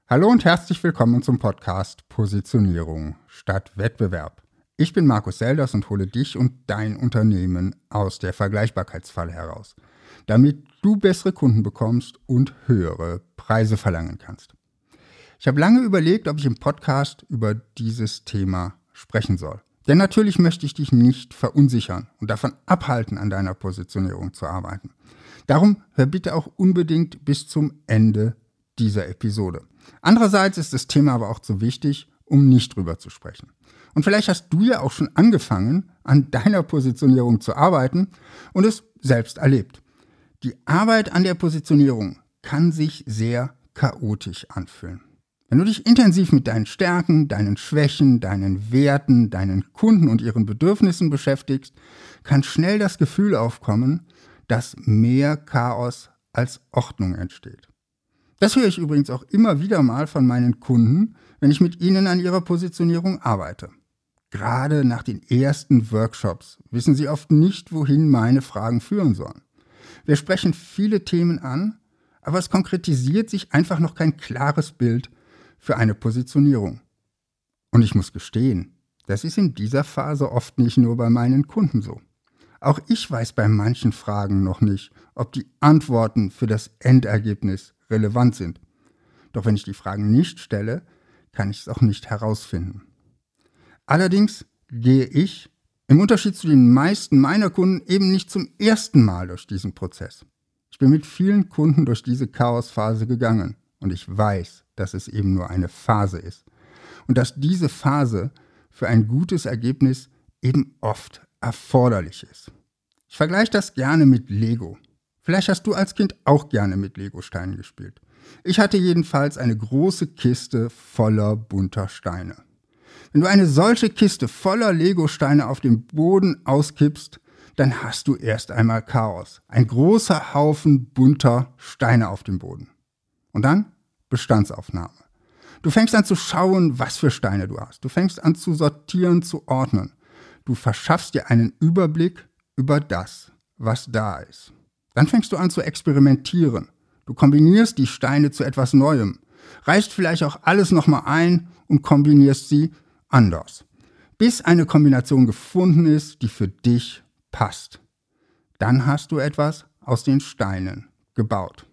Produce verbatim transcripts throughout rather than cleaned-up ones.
Hallo und herzlich willkommen zum Podcast Positionierung statt Wettbewerb. Ich bin Markus Selders und hole dich und dein Unternehmen aus der Vergleichbarkeitsfalle heraus, damit du bessere Kunden bekommst und höhere Preise verlangen kannst. Ich habe lange überlegt, ob ich im Podcast über dieses Thema sprechen soll. Denn natürlich möchte ich dich nicht verunsichern und davon abhalten, an deiner Positionierung zu arbeiten. Darum hör bitte auch unbedingt bis zum Ende dieser Episode. Andererseits ist das Thema aber auch zu wichtig, um nicht drüber zu sprechen. Und vielleicht hast du ja auch schon angefangen, an deiner Positionierung zu arbeiten und es selbst erlebt. Die Arbeit an der Positionierung kann sich sehr chaotisch anfühlen. Wenn du dich intensiv mit deinen Stärken, deinen Schwächen, deinen Werten, deinen Kunden und ihren Bedürfnissen beschäftigst, kann schnell das Gefühl aufkommen, dass mehr Chaos als Ordnung entsteht. Das höre ich übrigens auch immer wieder mal von meinen Kunden, wenn ich mit ihnen an ihrer Positionierung arbeite. Gerade nach den ersten Workshops wissen sie oft nicht, wohin meine Fragen führen sollen. Wir sprechen viele Themen an, aber es konkretisiert sich einfach noch kein klares Bild für eine Positionierung. Und ich muss gestehen, das ist in dieser Phase oft nicht nur bei meinen Kunden so. Auch ich weiß bei manchen Fragen noch nicht, ob die Antworten für das Endergebnis relevant sind. Doch wenn ich die Fragen nicht stelle, kann ich es auch nicht herausfinden. Allerdings gehe ich, im Unterschied zu den meisten meiner Kunden, eben nicht zum ersten Mal durch diesen Prozess. Ich bin mit vielen Kunden durch diese Chaosphase gegangen und ich weiß, dass es eben nur eine Phase ist und dass diese Phase für ein gutes Ergebnis eben oft erforderlich ist. Ich vergleiche das gerne mit Lego. Vielleicht hast du als Kind auch gerne mit Lego-Steinen gespielt. Ich hatte jedenfalls eine große Kiste voller bunter Steine. Wenn du eine solche Kiste voller Lego-Steine auf dem Boden auskippst, dann hast du erst einmal Chaos. Ein großer Haufen bunter Steine auf dem Boden. Und dann Bestandsaufnahme. Du fängst an zu schauen, was für Steine du hast. Du fängst an zu sortieren, zu ordnen. Du verschaffst dir einen Überblick über das, was da ist. Dann fängst du an zu experimentieren. Du kombinierst die Steine zu etwas Neuem, reißt vielleicht auch alles nochmal ein und kombinierst sie anders, bis eine Kombination gefunden ist, die für dich passt. Dann hast du etwas aus den Steinen gebaut.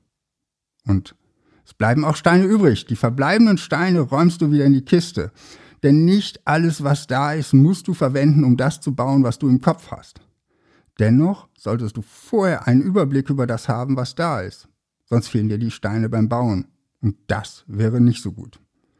Und es bleiben auch Steine übrig. Die verbleibenden Steine räumst du wieder in die Kiste. Denn nicht alles, was da ist, musst du verwenden, um das zu bauen, was du im Kopf hast. Dennoch solltest du vorher einen Überblick über das haben, was da ist. Sonst fehlen dir die Steine beim Bauen. Und das wäre nicht so gut.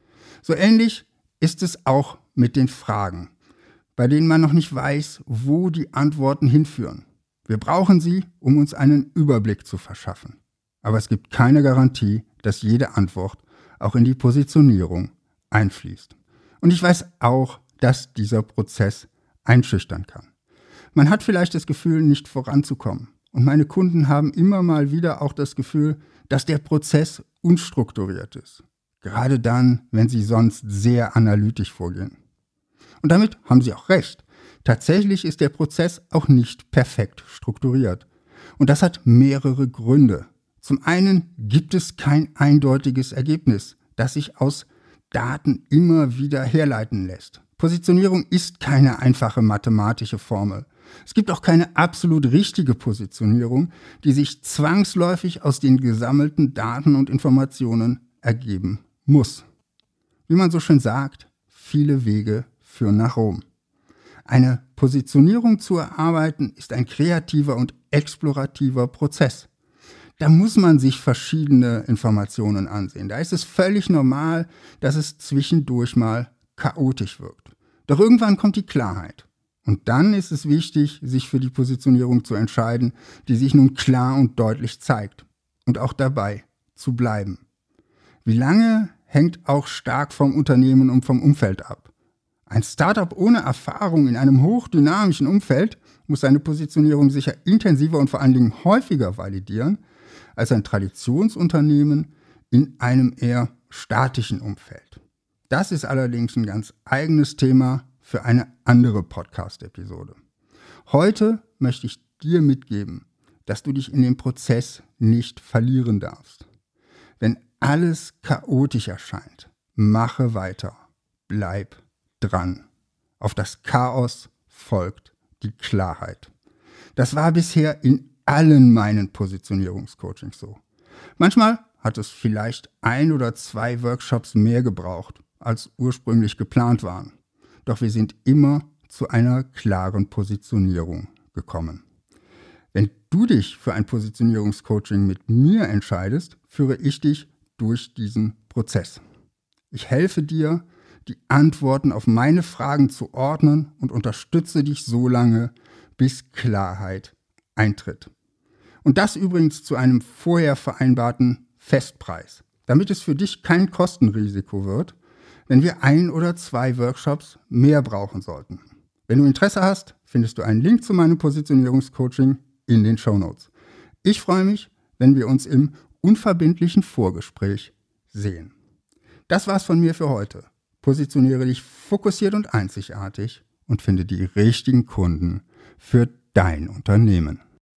So ähnlich ist es auch mit den Fragen, bei denen man noch nicht weiß, wo die Antworten hinführen. Wir brauchen sie, um uns einen Überblick zu verschaffen. Aber es gibt keine Garantie, dass jede Antwort auch in die Positionierung einfließt. Und ich weiß auch, dass dieser Prozess einschüchtern kann. Man hat vielleicht das Gefühl, nicht voranzukommen. Und meine Kunden haben immer mal wieder auch das Gefühl, dass der Prozess unstrukturiert ist. Gerade dann, wenn sie sonst sehr analytisch vorgehen. Und damit haben sie auch recht. Tatsächlich ist der Prozess auch nicht perfekt strukturiert. Und das hat mehrere Gründe. Zum einen gibt es kein eindeutiges Ergebnis, das sich aus Daten immer wieder herleiten lässt. Positionierung ist keine einfache mathematische Formel. Es gibt auch keine absolut richtige Positionierung, die sich zwangsläufig aus den gesammelten Daten und Informationen ergeben muss. Wie man so schön sagt, viele Wege führen nach Rom. Eine Positionierung zu erarbeiten ist ein kreativer und explorativer Prozess. Da muss man sich verschiedene Informationen ansehen. Da ist es völlig normal, dass es zwischendurch mal chaotisch wirkt. Doch irgendwann kommt die Klarheit. Und dann ist es wichtig, sich für die Positionierung zu entscheiden, die sich nun klar und deutlich zeigt. Und auch dabei zu bleiben. Wie lange hängt auch stark vom Unternehmen und vom Umfeld ab. Ein Startup ohne Erfahrung in einem hochdynamischen Umfeld muss seine Positionierung sicher intensiver und vor allen Dingen häufiger validieren, als ein Traditionsunternehmen in einem eher statischen Umfeld. Das ist allerdings ein ganz eigenes Thema für eine andere Podcast-Episode. Heute möchte ich dir mitgeben, dass du dich in dem Prozess nicht verlieren darfst. Wenn alles chaotisch erscheint, mache weiter, bleib dran. Auf das Chaos folgt die Klarheit. Das war bisher in allen meinen Positionierungscoachings so. Manchmal hat es vielleicht ein oder zwei Workshops mehr gebraucht, als ursprünglich geplant waren. Doch wir sind immer zu einer klaren Positionierung gekommen. Wenn du dich für ein Positionierungscoaching mit mir entscheidest, führe ich dich durch diesen Prozess. Ich helfe dir, die Antworten auf meine Fragen zu ordnen und unterstütze dich so lange, bis Klarheit eintritt. Und das übrigens zu einem vorher vereinbarten Festpreis, damit es für dich kein Kostenrisiko wird, wenn wir ein oder zwei Workshops mehr brauchen sollten. Wenn du Interesse hast, findest du einen Link zu meinem Positionierungscoaching in den Shownotes. Ich freue mich, wenn wir uns im unverbindlichen Vorgespräch sehen. Das war's von mir für heute. Positioniere dich fokussiert und einzigartig und finde die richtigen Kunden für dein Unternehmen.